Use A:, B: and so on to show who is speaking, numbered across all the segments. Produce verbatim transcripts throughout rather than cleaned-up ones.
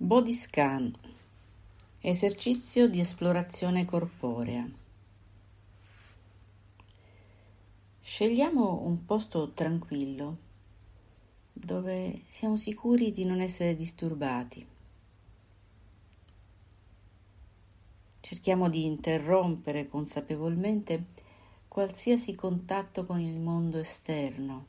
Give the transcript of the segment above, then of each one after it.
A: Body scan, esercizio di esplorazione corporea. Scegliamo un posto tranquillo dove siamo sicuri di non essere disturbati. Cerchiamo di interrompere consapevolmente qualsiasi contatto con il mondo esterno.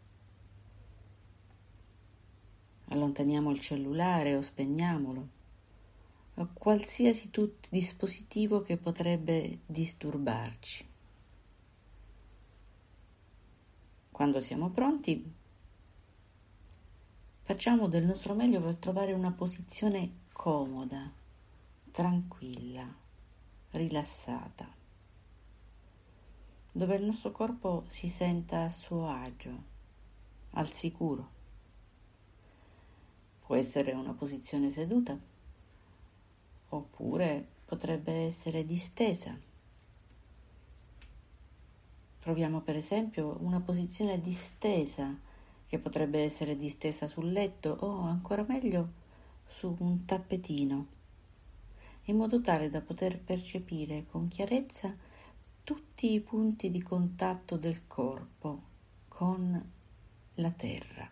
A: Allontaniamo il cellulare o spegniamolo, o qualsiasi tut- dispositivo che potrebbe disturbarci. Quando siamo pronti, facciamo del nostro meglio per trovare una posizione comoda, tranquilla, rilassata, dove il nostro corpo si senta a suo agio, al sicuro. Può essere una posizione seduta, oppure potrebbe essere distesa. Troviamo per esempio una posizione distesa, che potrebbe essere distesa sul letto o ancora meglio su un tappetino, in modo tale da poter percepire con chiarezza tutti i punti di contatto del corpo con la terra.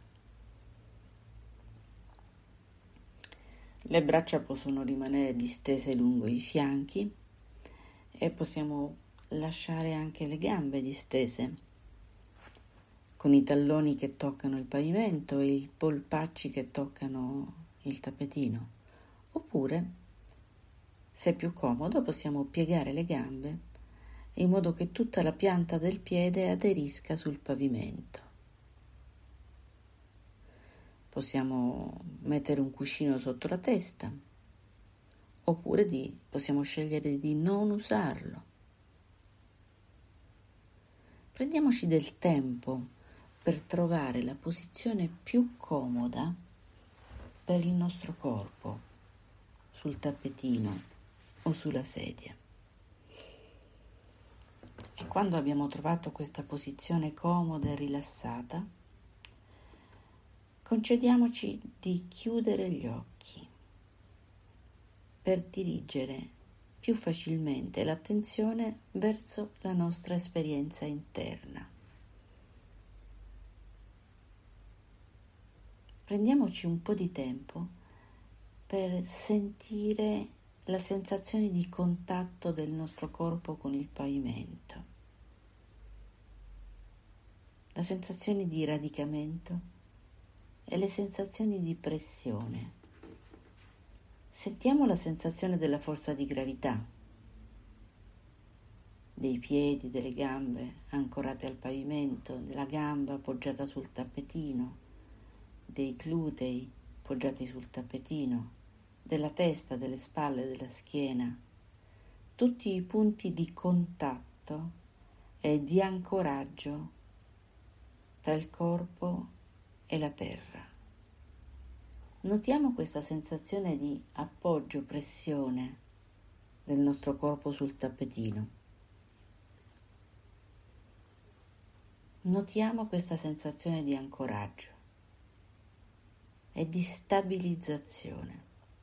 A: Le braccia possono rimanere distese lungo i fianchi e possiamo lasciare anche le gambe distese, con i talloni che toccano il pavimento e i polpacci che toccano il tappetino. Oppure, se è più comodo, possiamo piegare le gambe in modo che tutta la pianta del piede aderisca sul pavimento. Possiamo mettere un cuscino sotto la testa, oppure di, possiamo scegliere di non usarlo. Prendiamoci del tempo per trovare la posizione più comoda per il nostro corpo, sul tappetino o sulla sedia. E quando abbiamo trovato questa posizione comoda e rilassata, concediamoci di chiudere gli occhi per dirigere più facilmente l'attenzione verso la nostra esperienza interna. Prendiamoci un po' di tempo per sentire la sensazione di contatto del nostro corpo con il pavimento, la sensazione di radicamento e le sensazioni di pressione. Sentiamo la sensazione della forza di gravità, dei piedi, delle gambe ancorate al pavimento, della gamba appoggiata sul tappetino, dei glutei poggiati sul tappetino, della testa, delle spalle, della schiena, tutti i punti di contatto e di ancoraggio tra il corpo e la terra. Notiamo questa sensazione di appoggio, pressione del nostro corpo sul tappetino. Notiamo questa sensazione di ancoraggio e di stabilizzazione.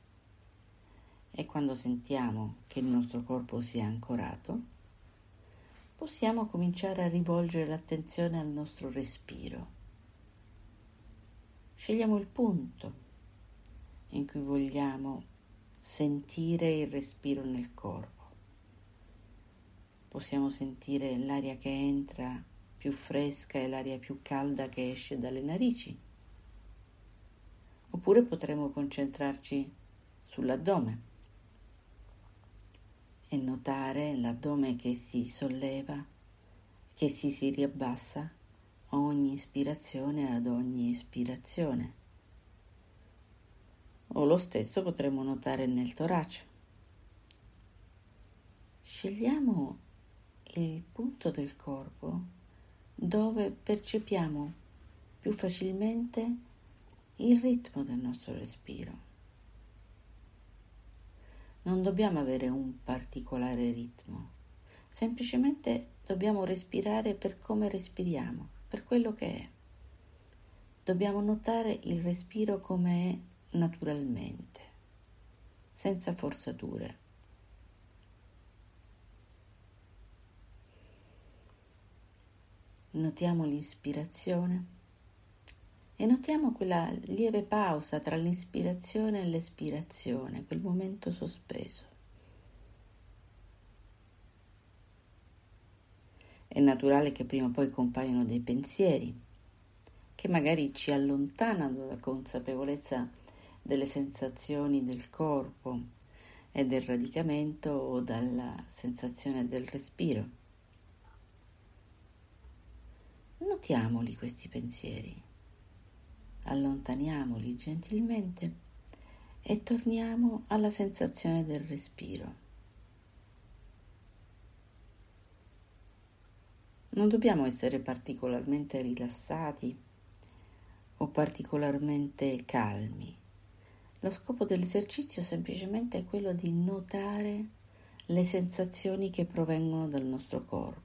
A: E quando sentiamo che il nostro corpo si è ancorato, possiamo cominciare a rivolgere l'attenzione al nostro respiro. Scegliamo il punto in cui vogliamo sentire il respiro nel corpo. Possiamo sentire l'aria che entra più fresca e l'aria più calda che esce dalle narici. Oppure potremo concentrarci sull'addome e notare l'addome che si solleva, che si, si riabbassa a ogni ispirazione ad ogni espirazione. O lo stesso potremo notare nel torace. Scegliamo il punto del corpo dove percepiamo più facilmente il ritmo del nostro respiro. Non dobbiamo avere un particolare ritmo, semplicemente dobbiamo respirare per come respiriamo, per quello che è. Dobbiamo notare il respiro come è naturalmente. senza forzature. Notiamo l'ispirazione e notiamo quella lieve pausa tra l'ispirazione e l'espirazione, quel momento sospeso. È naturale che prima o poi compaiano dei pensieri che magari ci allontanano dalla consapevolezza delle sensazioni del corpo e del radicamento o dalla sensazione del respiro. Notiamoli questi pensieri, allontaniamoli gentilmente e torniamo alla sensazione del respiro. Non dobbiamo essere particolarmente rilassati o particolarmente calmi. Lo scopo dell'esercizio semplicemente è quello di notare le sensazioni che provengono dal nostro corpo.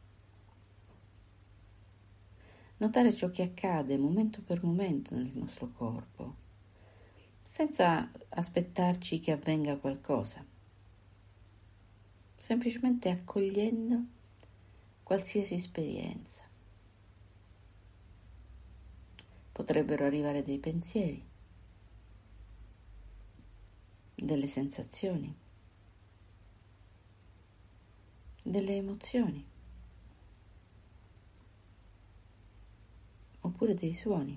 A: Notare ciò che accade momento per momento nel nostro corpo, senza aspettarci che avvenga qualcosa, semplicemente accogliendo qualsiasi esperienza. Potrebbero arrivare dei pensieri, delle sensazioni, delle emozioni, oppure dei suoni.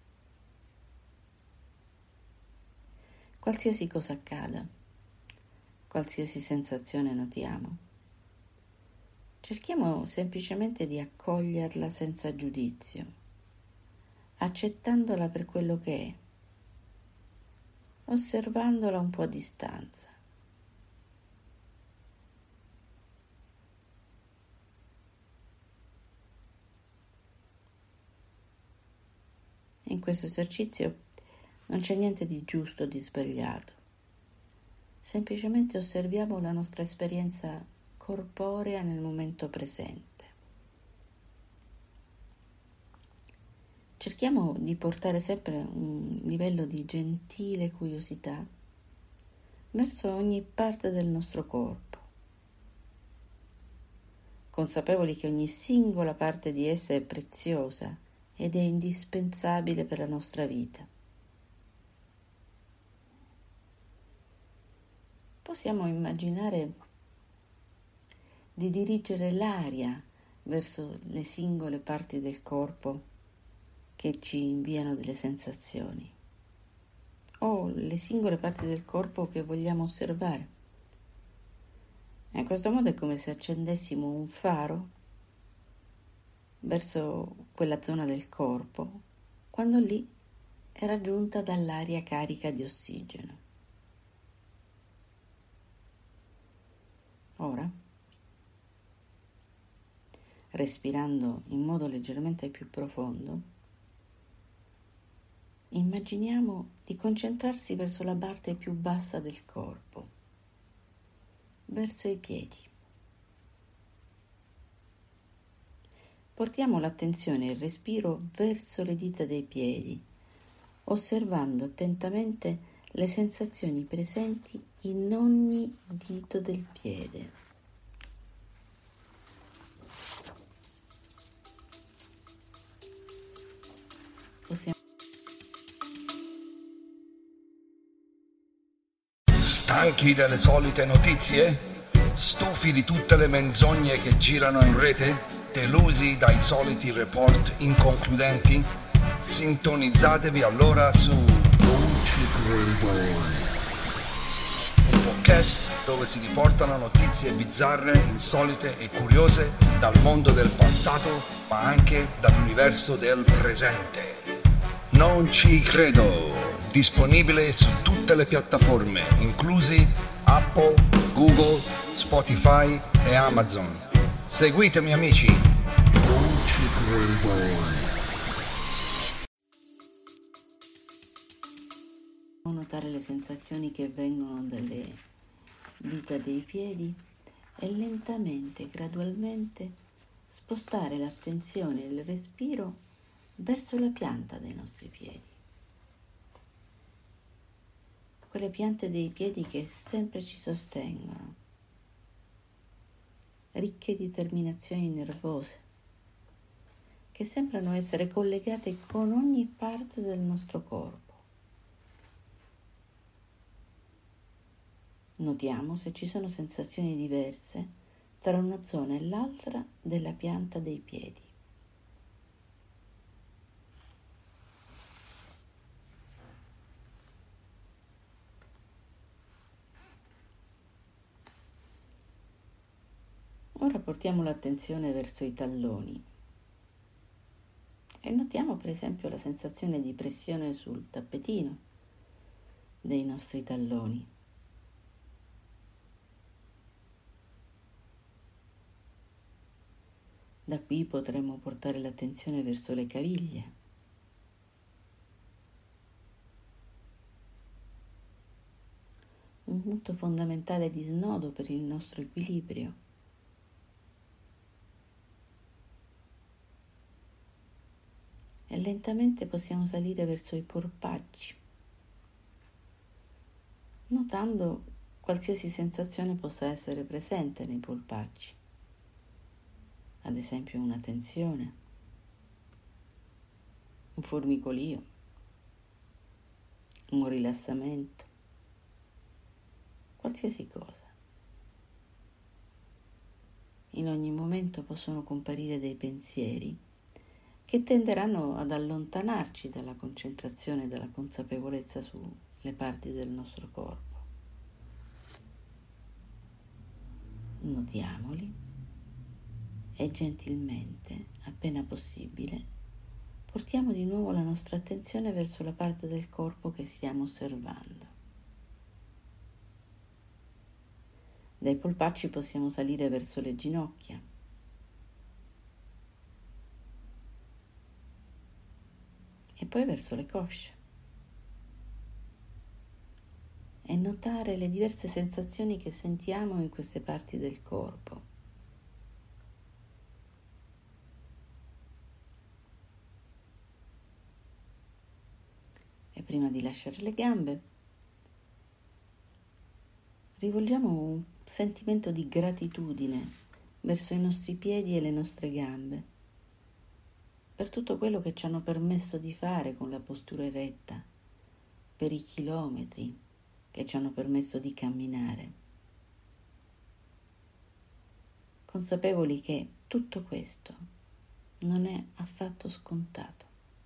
A: Qualsiasi cosa accada, qualsiasi sensazione notiamo, cerchiamo semplicemente di accoglierla senza giudizio, accettandola per quello che è, osservandola un po' a distanza. In questo esercizio non c'è niente di giusto o di sbagliato, semplicemente osserviamo la nostra esperienza corporea nel momento presente. Cerchiamo di portare sempre un livello di gentile curiosità verso ogni parte del nostro corpo, consapevoli che ogni singola parte di essa è preziosa ed è indispensabile per la nostra vita. Possiamo immaginare di dirigere l'aria verso le singole parti del corpo che ci inviano delle sensazioni, o le singole parti del corpo che vogliamo osservare. In questo modo è come se accendessimo un faro verso quella zona del corpo, quando lì è raggiunta dall'aria carica di ossigeno. Ora, respirando in modo leggermente più profondo, immaginiamo di concentrarsi verso la parte più bassa del corpo, verso i piedi. Portiamo l'attenzione e il respiro verso le dita dei piedi, osservando attentamente le sensazioni presenti in ogni dito del piede. Possiamo
B: Stanchi delle solite notizie? Stufi di tutte le menzogne che girano in rete? Delusi dai soliti report inconcludenti? Sintonizzatevi allora su Non ci credo, il podcast dove si riportano notizie bizzarre, insolite e curiose dal mondo del passato, ma anche dall'universo del presente. Non ci credo! Disponibile su tutte le piattaforme, inclusi Apple, Google, Spotify e Amazon. Seguitemi amici! Non ci credo!
A: notare le sensazioni che vengono dalle dita dei piedi e lentamente, gradualmente spostare l'attenzione e il respiro verso la pianta dei nostri piedi. quelle piante dei piedi che sempre ci sostengono, ricche di terminazioni nervose, che sembrano essere collegate con ogni parte del nostro corpo. Notiamo se ci sono sensazioni diverse tra una zona e l'altra della pianta dei piedi. Ora portiamo l'attenzione verso i talloni e notiamo per esempio la sensazione di pressione sul tappetino dei nostri talloni. Da qui potremo portare l'attenzione verso le caviglie. Un punto fondamentale di snodo per il nostro equilibrio. E lentamente possiamo salire verso i polpacci, notando qualsiasi sensazione possa essere presente nei polpacci, ad esempio una tensione, un formicolio, un rilassamento, qualsiasi cosa. In ogni momento possono comparire dei pensieri che tenderanno ad allontanarci dalla concentrazione e dalla consapevolezza sulle parti del nostro corpo. Notiamoli e gentilmente, appena possibile, portiamo di nuovo la nostra attenzione verso la parte del corpo che stiamo osservando. Dai polpacci possiamo salire verso le ginocchia. E poi verso le cosce e notare le diverse sensazioni che sentiamo in queste parti del corpo. E prima di lasciare le gambe, rivolgiamo un sentimento di gratitudine verso i nostri piedi e le nostre gambe, per tutto quello che ci hanno permesso di fare con la postura eretta, per i chilometri che ci hanno permesso di camminare, consapevoli che tutto questo non è affatto scontato.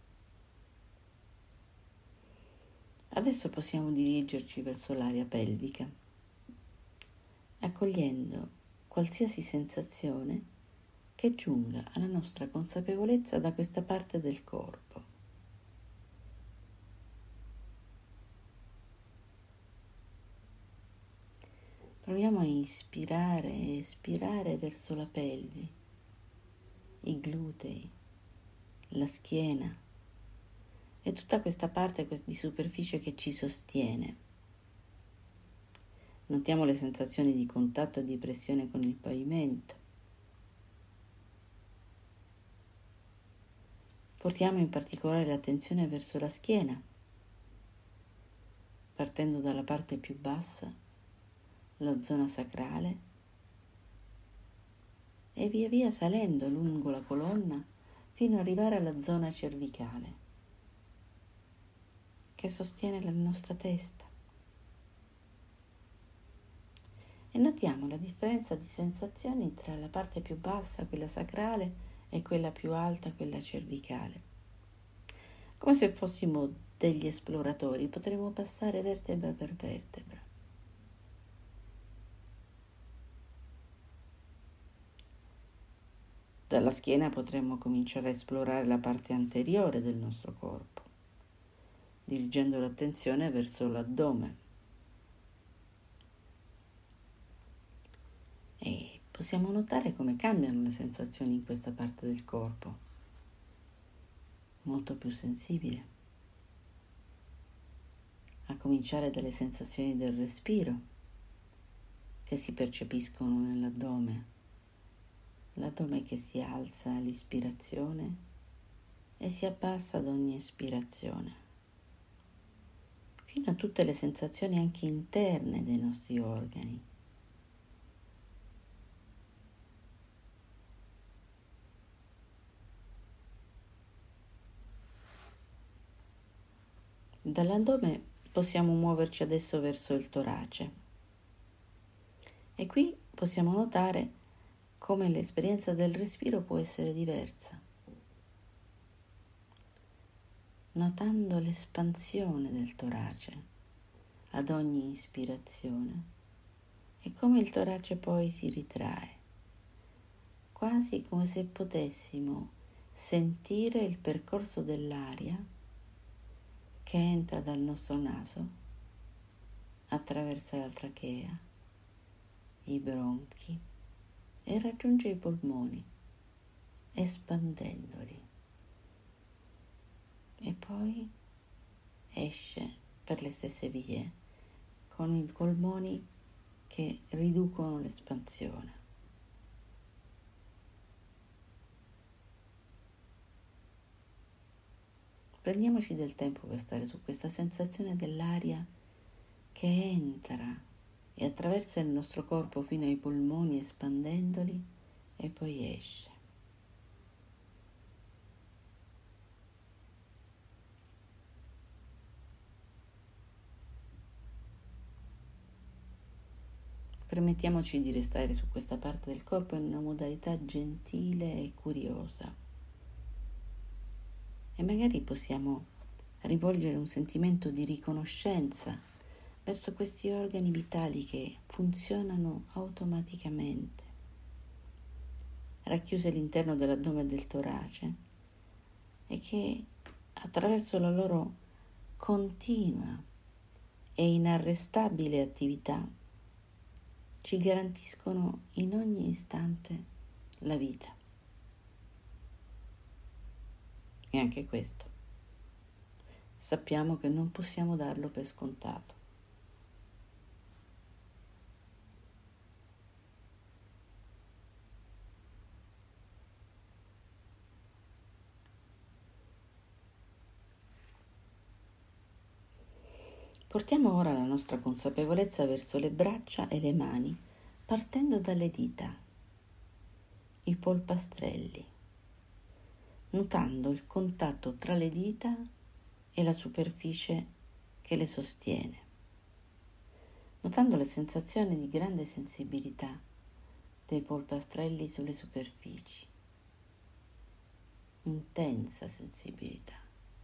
A: Adesso possiamo dirigerci verso l'area pelvica, accogliendo qualsiasi sensazione che giunga alla nostra consapevolezza da questa parte del corpo. Proviamo a ispirare e espirare verso la pelvi, i glutei, la schiena e tutta questa parte di superficie che ci sostiene. Notiamo le sensazioni di contatto e di pressione con il pavimento. Portiamo in particolare l'attenzione verso la schiena, partendo dalla parte più bassa, la zona sacrale, e via via salendo lungo la colonna fino ad arrivare alla zona cervicale, che sostiene la nostra testa. E notiamo la differenza di sensazioni tra la parte più bassa, quella sacrale, e quella più alta, quella cervicale. Come se fossimo degli esploratori, potremo passare vertebra per vertebra. Dalla schiena potremmo cominciare a esplorare la parte anteriore del nostro corpo, dirigendo l'attenzione verso l'addome. E possiamo notare come cambiano le sensazioni in questa parte del corpo, molto più sensibile, a cominciare dalle sensazioni del respiro che si percepiscono nell'addome, l'addome che si alza all'ispirazione e si abbassa ad ogni espirazione, fino a tutte le sensazioni anche interne dei nostri organi. Dall'addome possiamo muoverci adesso verso il torace e qui possiamo notare come l'esperienza del respiro può essere diversa, notando l'espansione del torace ad ogni ispirazione e come il torace poi si ritrae, quasi come se potessimo sentire il percorso dell'aria che entra dal nostro naso, attraversa la trachea, i bronchi e raggiunge i polmoni, espandendoli. E poi esce per le stesse vie, con i polmoni che riducono l'espansione. Prendiamoci del tempo per stare su questa sensazione dell'aria che entra e attraversa il nostro corpo fino ai polmoni espandendoli e poi esce. Permettiamoci di restare su questa parte del corpo in una modalità gentile e curiosa. E magari possiamo rivolgere un sentimento di riconoscenza verso questi organi vitali che funzionano automaticamente, racchiusi all'interno dell'addome e del torace, e che attraverso la loro continua e inarrestabile attività ci garantiscono in ogni istante la vita. E anche questo sappiamo che non possiamo darlo per scontato. Portiamo ora la nostra consapevolezza verso le braccia e le mani, partendo dalle dita, i polpastrelli, notando il contatto tra le dita e la superficie che le sostiene, notando le sensazioni di grande sensibilità dei polpastrelli sulle superfici, intensa sensibilità.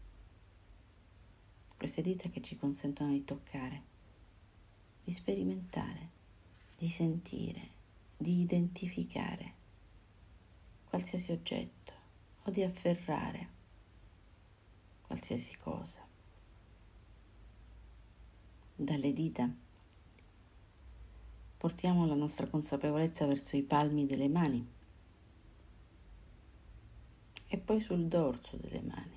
A: Queste dita che ci consentono di toccare, di sperimentare, di sentire, di identificare qualsiasi oggetto o di afferrare qualsiasi cosa. Dalle dita portiamo la nostra consapevolezza verso i palmi delle mani e poi sul dorso delle mani,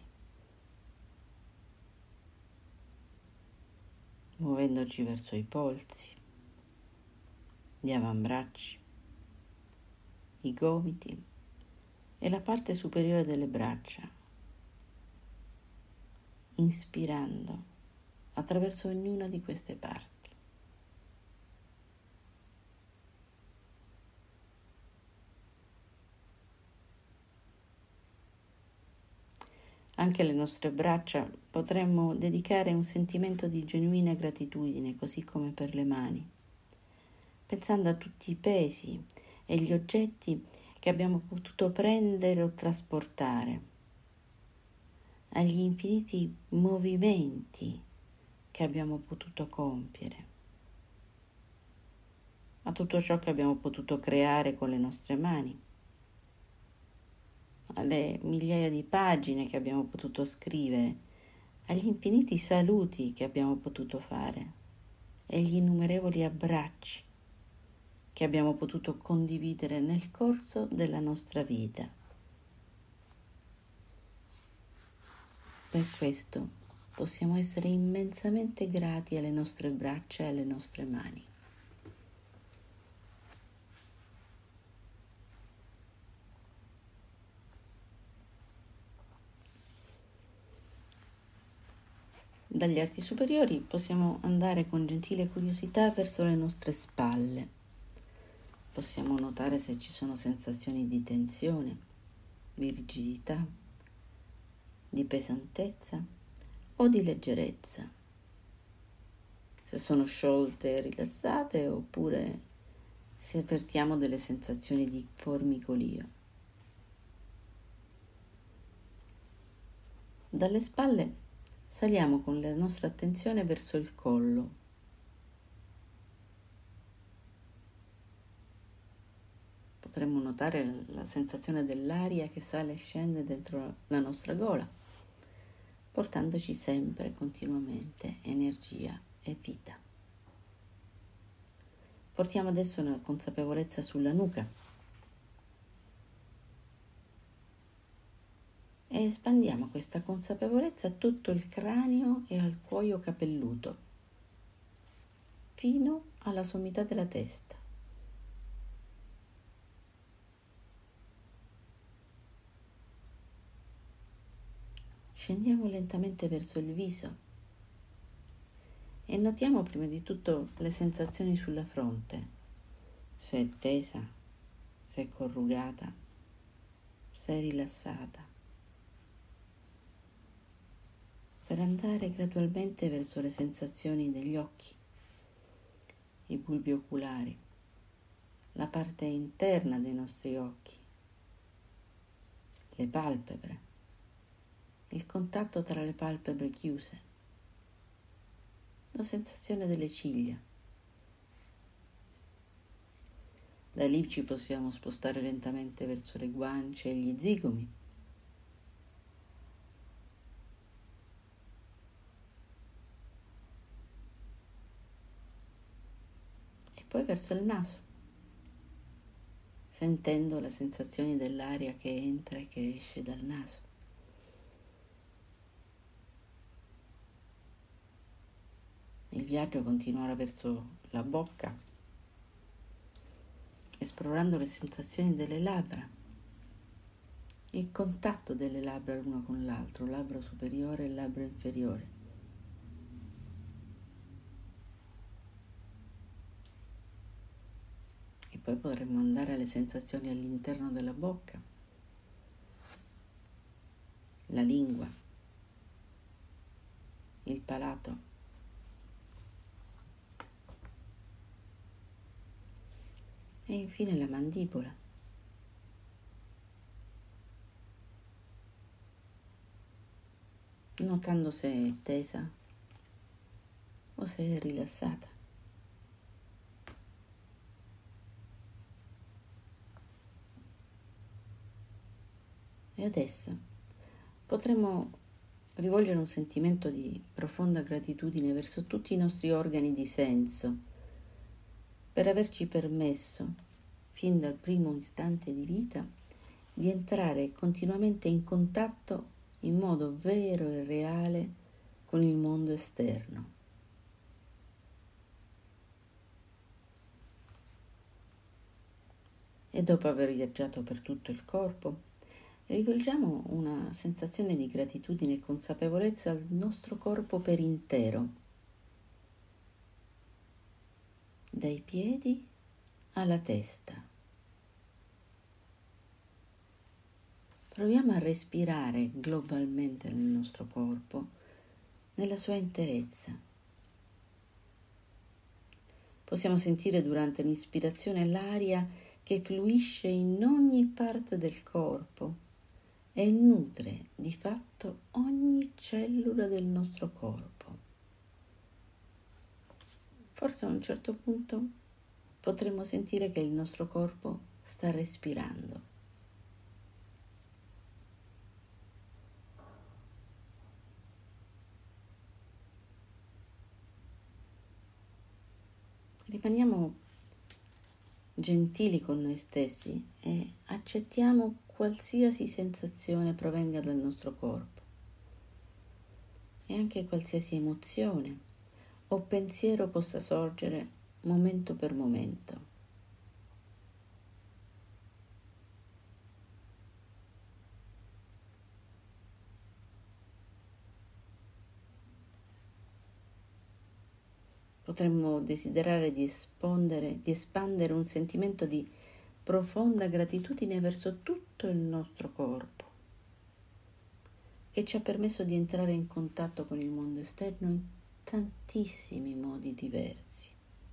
A: muovendoci verso i polsi, gli avambracci, i gomiti e la parte superiore delle braccia, inspirando attraverso ognuna di queste parti. Anche alle nostre braccia potremmo dedicare un sentimento di genuina gratitudine, così come per le mani, pensando a tutti i pesi e gli oggetti che abbiamo potuto prendere o trasportare, agli infiniti movimenti che abbiamo potuto compiere, a tutto ciò che abbiamo potuto creare con le nostre mani, alle migliaia di pagine che abbiamo potuto scrivere, agli infiniti saluti che abbiamo potuto fare e agli innumerevoli abbracci che abbiamo potuto condividere nel corso della nostra vita. Per questo possiamo essere immensamente grati alle nostre braccia e alle nostre mani. Dagli arti superiori possiamo andare con gentile curiosità verso le nostre spalle. Possiamo notare se ci sono sensazioni di tensione, di rigidità, di pesantezza o di leggerezza. Se sono sciolte e rilassate oppure se avvertiamo delle sensazioni di formicolio. Dalle spalle saliamo con la nostra attenzione verso il collo. Potremmo notare la sensazione dell'aria che sale e scende dentro la nostra gola, portandoci sempre, continuamente, energia e vita. Portiamo adesso una consapevolezza sulla nuca e espandiamo questa consapevolezza a tutto il cranio e al cuoio capelluto, fino alla sommità della testa. Scendiamo lentamente verso il viso e notiamo prima di tutto le sensazioni sulla fronte, se è tesa, se è corrugata, se è rilassata, per andare gradualmente verso le sensazioni degli occhi, i bulbi oculari, la parte interna dei nostri occhi, le palpebre, il contatto tra le palpebre chiuse, la sensazione delle ciglia. Da lì ci possiamo spostare lentamente verso le guance e gli zigomi. E poi verso il naso, sentendo le sensazioni dell'aria che entra e che esce dal naso. Il viaggio continuerà verso la bocca, esplorando le sensazioni delle labbra, il contatto delle labbra l'una con l'altro, labbro superiore e labbro inferiore. E poi potremmo andare alle sensazioni all'interno della bocca, la lingua, il palato. E infine la mandibola. Notando se è tesa o se è rilassata. E adesso potremmo rivolgere un sentimento di profonda gratitudine verso tutti i nostri organi di senso per averci permesso, fin dal primo istante di vita, di entrare continuamente in contatto in modo vero e reale con il mondo esterno. E dopo aver viaggiato per tutto il corpo, rivolgiamo una sensazione di gratitudine e consapevolezza al nostro corpo per intero, dai piedi alla testa. Proviamo a respirare globalmente nel nostro corpo, nella sua interezza. Possiamo sentire durante l'ispirazione l'aria che fluisce in ogni parte del corpo e nutre di fatto ogni cellula del nostro corpo. Forse a un certo punto potremo sentire che il nostro corpo sta respirando. Rimaniamo gentili con noi stessi e accettiamo qualsiasi sensazione provenga dal nostro corpo e anche qualsiasi emozione o pensiero possa sorgere momento per momento. potremmo desiderare di espandere, di espandere un sentimento di profonda gratitudine verso tutto il nostro corpo, che ci ha permesso di entrare in contatto con il mondo esterno in tantissimi modi diversi.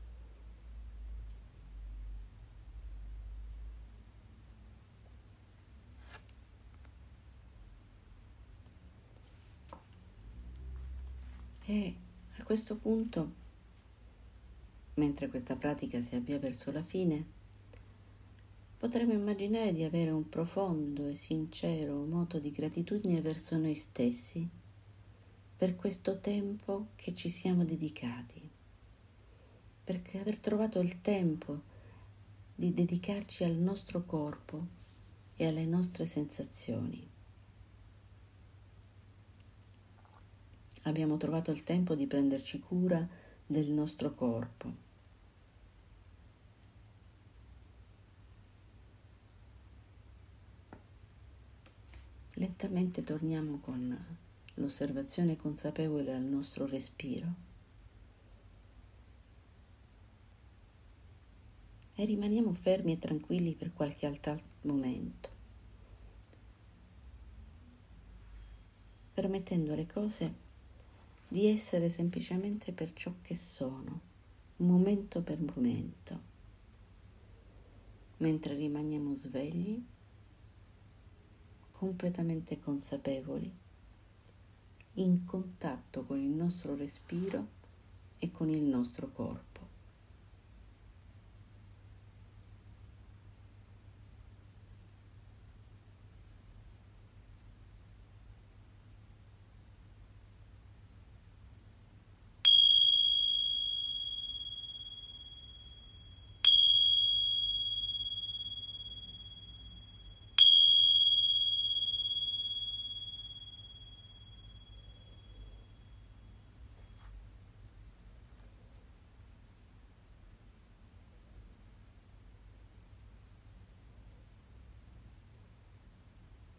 A: E a questo punto, mentre questa pratica si avvia verso la fine, potremmo immaginare di avere un profondo e sincero moto di gratitudine verso noi stessi per questo tempo che ci siamo dedicati, perché aver trovato il tempo di dedicarci al nostro corpo e alle nostre sensazioni. Abbiamo trovato il tempo di prenderci cura del nostro corpo. Lentamente torniamo con l'osservazione consapevole al nostro respiro e rimaniamo fermi e tranquilli per qualche altro momento, permettendo alle cose di essere semplicemente per ciò che sono, momento per momento, mentre rimaniamo svegli, completamente consapevoli, in contatto con il nostro respiro e con il nostro corpo.